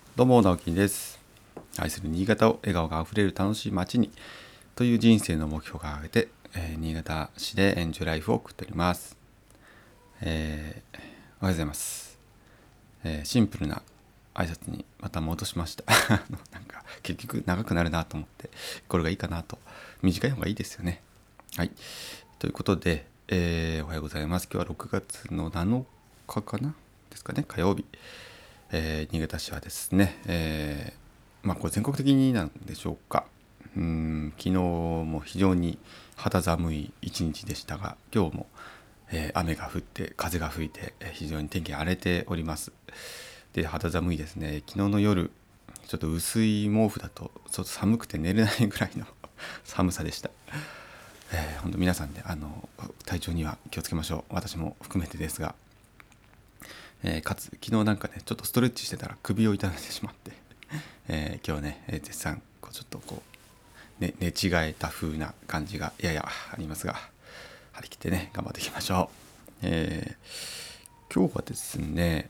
どうも直樹です。愛する新潟を笑顔があふれる楽しい街にという人生の目標を掲げて、新潟市でエンジョイライフを送っております。おはようございます。シンプルな挨拶にまた戻しましたなんか結局長くなるなと思ってこれがいいかなと。短い方がいいですよね。はい、ということで、おはようございます。今日は6月の7日かなですかね、火曜日。新潟市はですね、これ全国的になんでしょうか。昨日も非常に肌寒い一日でしたが、今日も、雨が降って風が吹いて、非常に天気荒れております。で、肌寒いですね。昨日の夜ちょっと薄い毛布だとちょっと寒くて寝れないぐらいの寒さでした。本当皆さんで、体調には気をつけましょう。私も含めてですが、かつ昨日なんかねちょっとストレッチしてたら首を痛めてしまって、今日ね、絶賛ちょっと寝違えた風な感じがややありますが、張り切ってね頑張っていきましょう。今日はですね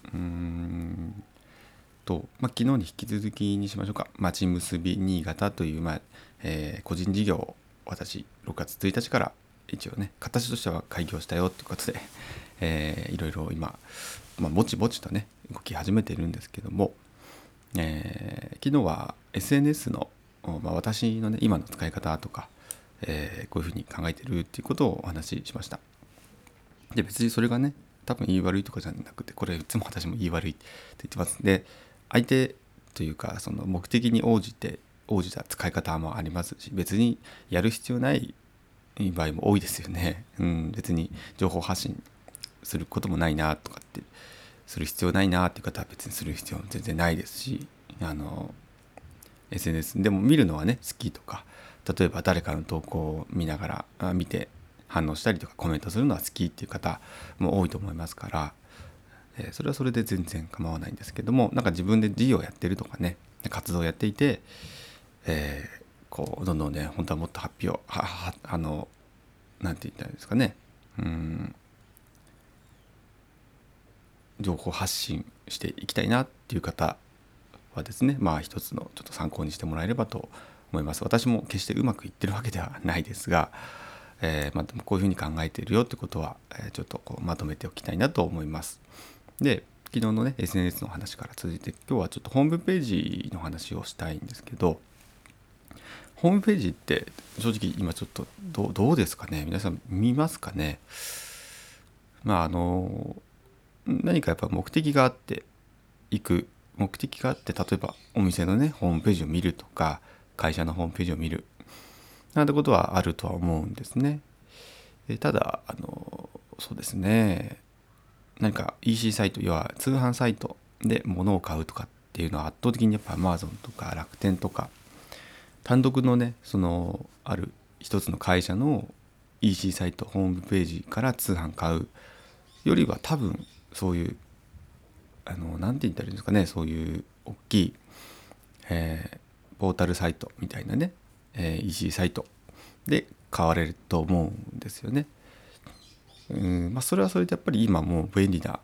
昨日に引き続きにしましょうか。まちむすび新潟という、個人事業を私6月1日から一応ね形としては開業したよということで、いろいろ今、ぼちぼちとね動き始めているんですけども、昨日は SNS の、私のね今の使い方とか、こういうふうに考えてるっていうことをお話ししました。で別にそれがね多分言い悪いとかじゃなくて、これいつも私も言い悪いって言ってますんで、相手というかその目的に応じた使い方もありますし、別にやる必要ない場合も多いですよね。別に情報発信することもないなとかってする必要ないなっていう方は別にする必要全然ないですし、SNS でも見るのはね好きとか、例えば誰かの投稿を見ながら見て反応したりとかコメントするのは好きっていう方も多いと思いますから、それはそれで全然構わないんですけども、なんか自分で事業やってるとかね活動やっていて、どんどんね本当はもっと発表なんて言ったらいいですかね、情報発信していきたいなっていう方はですね、一つのちょっと参考にしてもらえればと思います。私も決してうまくいってるわけではないですが、こういうふうに考えているよってことは、ちょっとまとめておきたいなと思います。で昨日のね SNS の話から続いて、今日はちょっとホームページの話をしたいんですけど、ホームページって正直今ちょっとどうですかね、皆さん見ますかね。何かやっぱ目的があって行く、目的があって、例えばお店のねホームページを見るとか会社のホームページを見るなんてことはあるとは思うんですね。ただそうですね、何か EC サイト、要は通販サイトで物を買うとかっていうのは圧倒的にやっぱ Amazon とか楽天とか単独のねある一つの会社の EC サイトホームページから通販買うよりは、多分そういうなんて言ったらいいんですかね、そういう大きい、ポータルサイトみたいなね、EC サイトで買われると思うんですよね。それはそれでやっぱり今もう便利な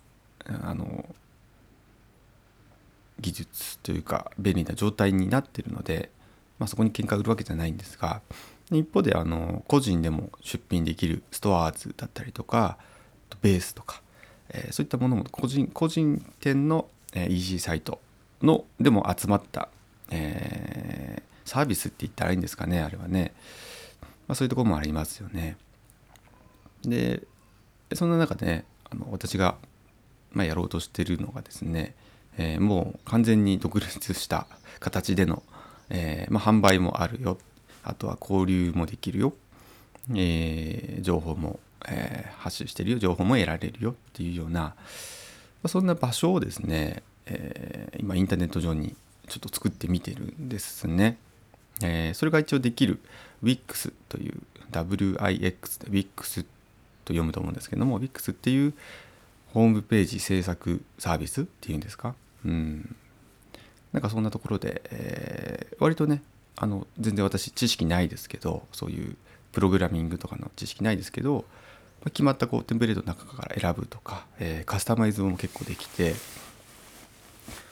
技術というか便利な状態になっているので、そこに喧嘩売るわけじゃないんですが、一方で個人でも出品できるストアーズだったりとかベースとか、そういったものも個人店の EC サイトのでも集まった、サービスって言ったらいいんですかね、あれはね、そういうところもありますよね。でそんな中でね私が、やろうとしているのがですね、もう完全に独立した形での、販売もあるよ、あとは交流もできるよ、情報も、発信してるよ、情報も得られるよっていうような、そんな場所をですね、今インターネット上にちょっと作ってみてるんですね。それが一応できる Wix という WIX で Wix と読むと思うんですけども、 Wix っていうホームページ制作サービスっていうんですか、なんかそんなところで、割とね全然私知識ないですけど、そういうプログラミングとかの知識ないですけど、決まったテンプレートの中から選ぶとか、カスタマイズも結構できて、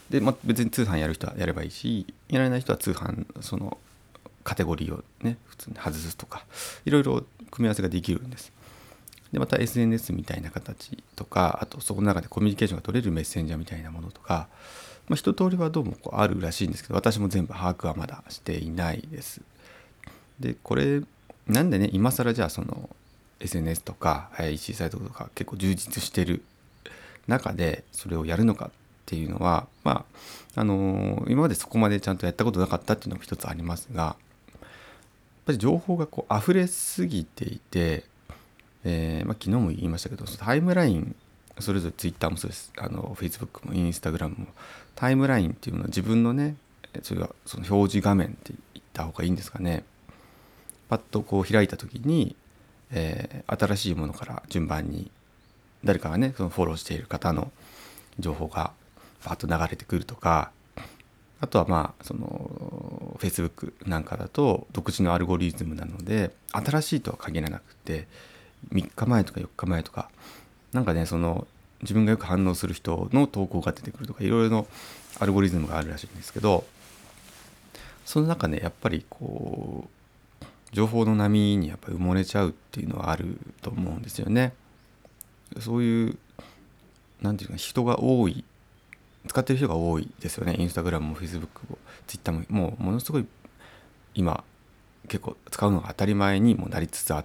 で、別に通販やる人はやればいいし、やられない人は通販そのカテゴリーをね普通に外すとか、いろいろ組み合わせができるんです。でまた SNS みたいな形とか、あとそこの中でコミュニケーションが取れるメッセンジャーみたいなものとか、一通りはどうもあるらしいんですけど、私も全部把握はまだしていないです。でこれなんでね今更じゃあその SNS とか EC サイトとか結構充実してる中でそれをやるのかっていうのは、今までそこまでちゃんとやったことなかったっていうのも一つありますが、やっぱり情報が溢れすぎていて、昨日も言いましたけど、タイムライン、それぞれ Twitter もそうです、Facebook も Instagram もタイムラインっていうのは自分のね、それはその表示画面って言った方がいいんですかね。パッと開いた時に、新しいものから順番に誰かがねそのフォローしている方の情報がパッと流れてくるとか、あとはその Facebook なんかだと独自のアルゴリズムなので、新しいとは限らなくて3日前とか4日前とか、なんかねその自分がよく反応する人の投稿が出てくるとか、いろいろのアルゴリズムがあるらしいんですけど、その中ねやっぱり情報の波にやっぱり埋もれちゃうっていうのはあると思うんですよね。そういうなんていうか人が多い、使ってる人が多いですよね。インスタグラムもフェイスブックもツイッターももうものすごい今結構使うのが当たり前にもなりつつあって、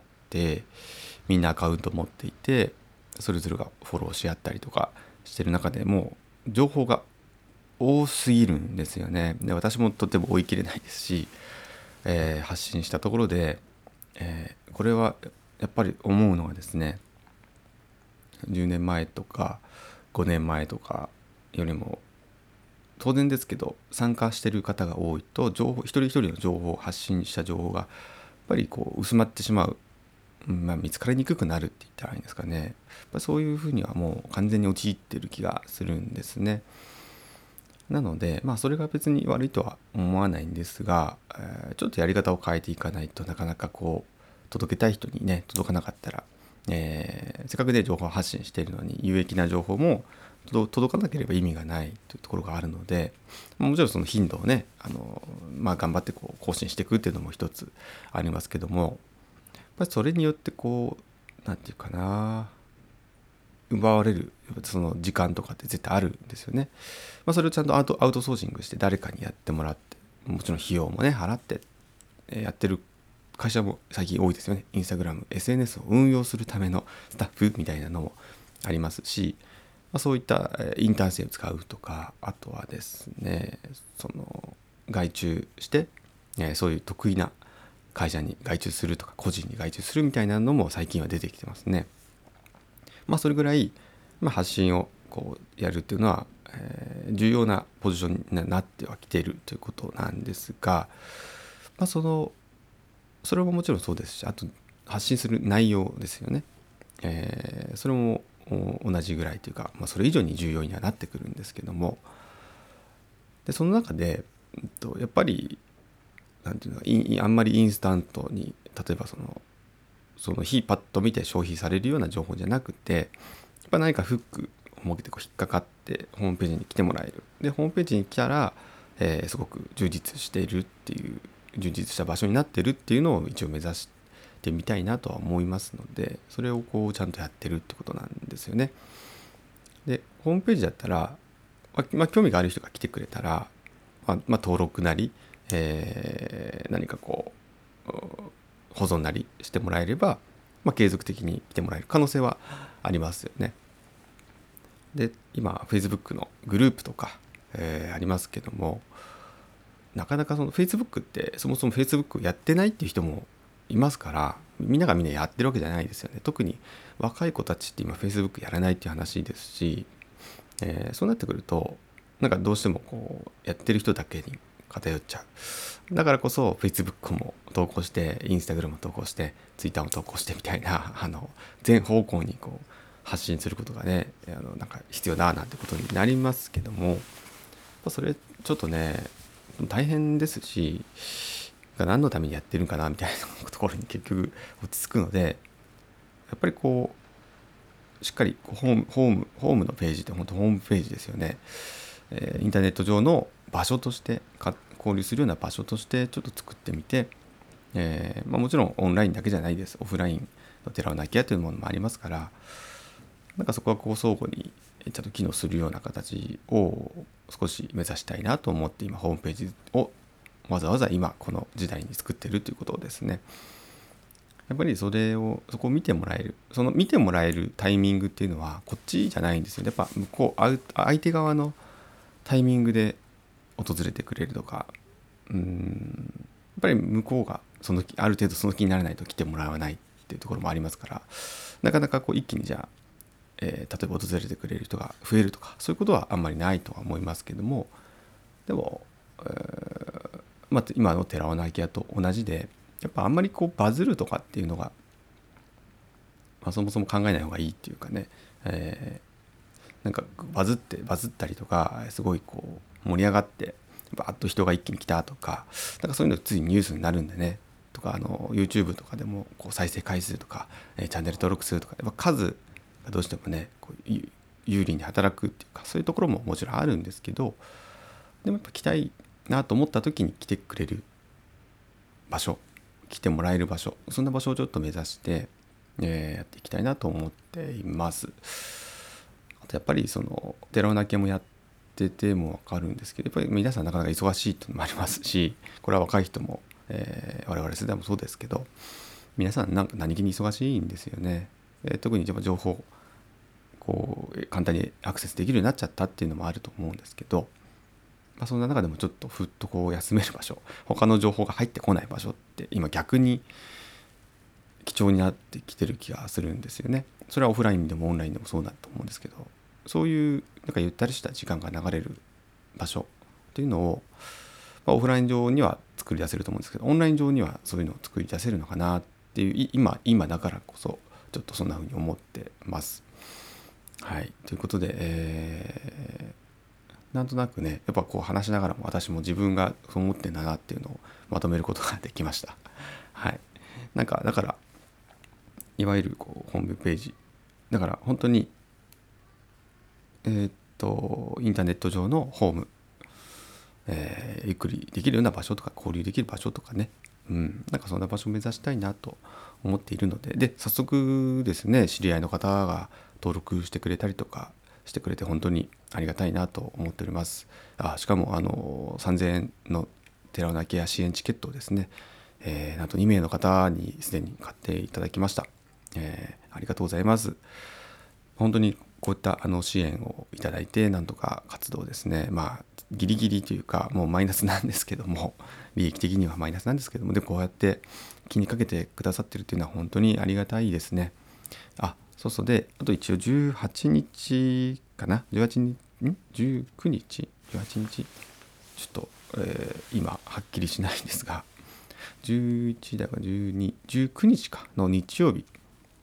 みんなアカウント持っていてそれぞれがフォローし合ったりとかしてる中でもう情報が多すぎるんですよね。で私もとても追い切れないですし、発信したところで、これはやっぱり思うのはですね、10年前とか5年前とかよりも当然ですけど参加してる方が多いと、一人一人の情報、発信した情報がやっぱり薄まってしまう、見つかりにくくなるって言ったらいいんですかね。やっぱそういうふうにはもう完全に陥ってる気がするんですね。なのでそれが別に悪いとは思わないんですが、ちょっとやり方を変えていかないとなかなか届けたい人にね届かなかったら、せっかくで情報発信しているのに有益な情報も届かなければ意味がないというところがあるので、もちろんその頻度をね頑張って更新していくっていうのも一つありますけども、やっぱりそれによってなんていうかな、奪われるその時間とかって絶対あるんですよね。それをちゃんとアウトソーシングして誰かにやってもらって、もちろん費用もね払ってやってる会社も最近多いですよね。インスタグラム SNS を運用するためのスタッフみたいなのもありますし、そういったインターン生を使うとか、あとはですねその外注して、そういう得意な会社に外注するとか個人に外注するみたいなのも最近は出てきてますね。それぐらい、発信をやるっていうのは、重要なポジションになってはきているということなんですが、それももちろんそうですし、あと発信する内容ですよね。それも同じぐらいというか、それ以上に重要にはなってくるんですけども、でその中で、やっぱりなんていうのかあんまりインスタントに、例えばその日パッと見て消費されるような情報じゃなくて、やっぱ何かフックを設けて引っかかってホームページに来てもらえる。でホームページに来たら、すごく充実しているっていう、充実した場所になってるっていうのを一応目指してみたいなとは思いますので、それをちゃんとやってるってことなんですよね。でホームページだったら、興味がある人が来てくれたら、登録なり、何か保存なりしてもらえれば、継続的に来てもらえる可能性はありますよね。で今 Facebook のグループとか、ありますけども、なかなかその Facebook ってそもそも Facebook をやってないっていう人もいますから、みんながみんなやってるわけじゃないですよね。特に若い子たちって今 Facebook やらないっていう話ですし、そうなってくるとなんかどうしてもやってる人だけに偏っちゃう。だからこそ Facebook も投稿して Instagram も投稿して Twitter も投稿してみたいな全方向に発信することがねなんか必要だなんてことになりますけども、それちょっとね大変ですし、何のためにやってるんかなみたいなところに結局落ち着くので、やっぱりしっかりホームのページって本当ホームページですよね。 インターネット上の場所として交流するような場所としてちょっと作ってみて、もちろんオンラインだけじゃないです。オフラインの寺尾泣き屋というものもありますから、なんかそこは相互にちゃんと機能するような形を少し目指したいなと思って今ホームページをわざわざ今この時代に作っているということをですね、やっぱりそこを見てもらえる、その見てもらえるタイミングっていうのはこっちじゃないんですよね。やっぱ向こう相手側のタイミングで訪れてくれるとか、やっぱり向こうがある程度その気にならないと来てもらわないっていうところもありますから、なかなか一気にじゃあ、例えば訪れてくれる人が増えるとかそういうことはあんまりないとは思いますけども、でも、今の寺尾泣き屋と同じで、やっぱあんまりバズるとかっていうのが、そもそも考えない方がいいっていうかね、なんかバズったりとかすごい盛り上がってバーッと人が一気に来たとか、なんかそういうのついニュースになるんでね、とかYouTube とかでも再生回数とか、チャンネル登録数とかやっぱ数がどうしてもね有利に働くっていうか、そういうところももちろんあるんですけど、でもやっぱ来たいなと思った時に来てくれる場所、来てもらえる場所、そんな場所をちょっと目指して、やっていきたいなと思っています。あとやっぱり寺尾泣きもやってても分かるんですけど、やっぱり皆さんなかなか忙しいっていうのもありますし、これは若い人も、我々世代もそうですけど、皆さん何気に忙しいんですよね。特に情報簡単にアクセスできるようになっちゃったっていうのもあると思うんですけど、そんな中でもちょっとふっと休める場所、他の情報が入ってこない場所って今逆に貴重になってきてる気がするんですよね。それはオフラインでもオンラインでもそうだと思うんですけど、そういうゆったりした時間が流れる場所っていうのを、オフライン上には作り出せると思うんですけど、オンライン上にはそういうのを作り出せるのかなっていう今だからこそちょっとそんな風に思ってます。はい、ということで、なんとなくね、やっぱ話しながらも私も自分がそう思ってんだなっていうのをまとめることができました。はい、だからいわゆるホームページだから本当にインターネット上のホーム、ゆっくりできるような場所とか交流できる場所とかね、なんかそんな場所を目指したいなと思っているので、早速ですね、知り合いの方が登録してくれたりとかしてくれて本当にありがたいなと思っております。しかも3000円の寺尾泣き屋支援チケットをですね、なんと2名の方にすでに買っていただきました。ありがとうございます。本当にこういった支援をいただいて、なんとか活動ですね、ギリギリというかもうマイナスなんですけども、利益的にはマイナスなんですけども、でこうやって気にかけてくださってるっていうのは本当にありがたいですね。そうで、あと一応18日かな、19日ちょっと、今はっきりしないんですが、11だから19日かの日曜日、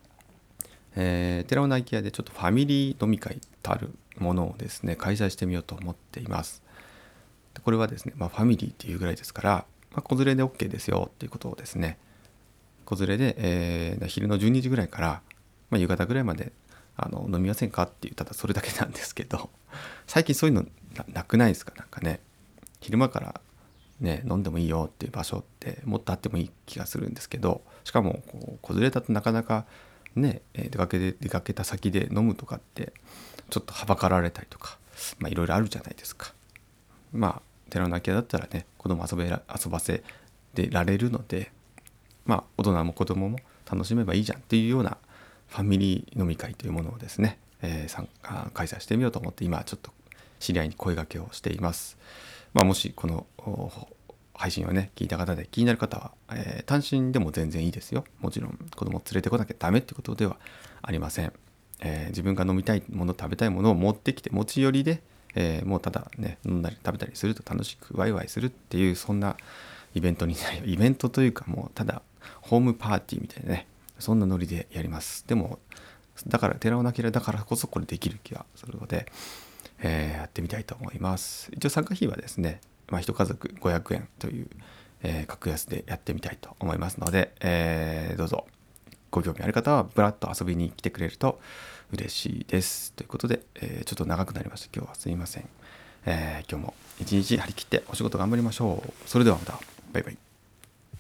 寺尾泣き屋でちょっとファミリー飲み会たるものをですね開催してみようと思っています。これはですね、ファミリーっていうぐらいですから、子連れで OK ですよっていうことをですね、子連れで、昼の12時ぐらいから、夕方ぐらいまで飲みませんかっていう、ただそれだけなんですけど、最近そういうの なくないですか？なんかね、昼間からね飲んでもいいよっていう場所ってもっとあってもいい気がするんですけど、しかも子連れだとなかなかね、出かけた先で飲むとかってちょっとはばかられたりとか、いろいろあるじゃないですか。寺尾泣き屋だったらね、子供遊ばせてられるので、大人も子供も楽しめばいいじゃんっていうようなファミリー飲み会というものをですね、開催してみようと思って今ちょっと知り合いに声掛けをしています。もしこの配信をね聞いた方で気になる方は、単身でも全然いいですよ。もちろん子供を連れてこなきゃダメってことではありません。自分が飲みたいもの、食べたいものを持ってきて持ち寄りで、もうただね飲んだり食べたりすると楽しくワイワイするっていう、そんなイベントというか、もうただホームパーティーみたいなね、そんなノリでやります。でもだから寺尾泣き屋だからこそこれできる気がするので、やってみたいと思います。一応参加費はですね、一家族500円という、格安でやってみたいと思いますので、どうぞご興味ある方はブラッと遊びに来てくれると嬉しいです。ということで、ちょっと長くなりました。今日はすいません。 今日も一日張り切ってお仕事頑張りましょう。それではまた。バイバイ。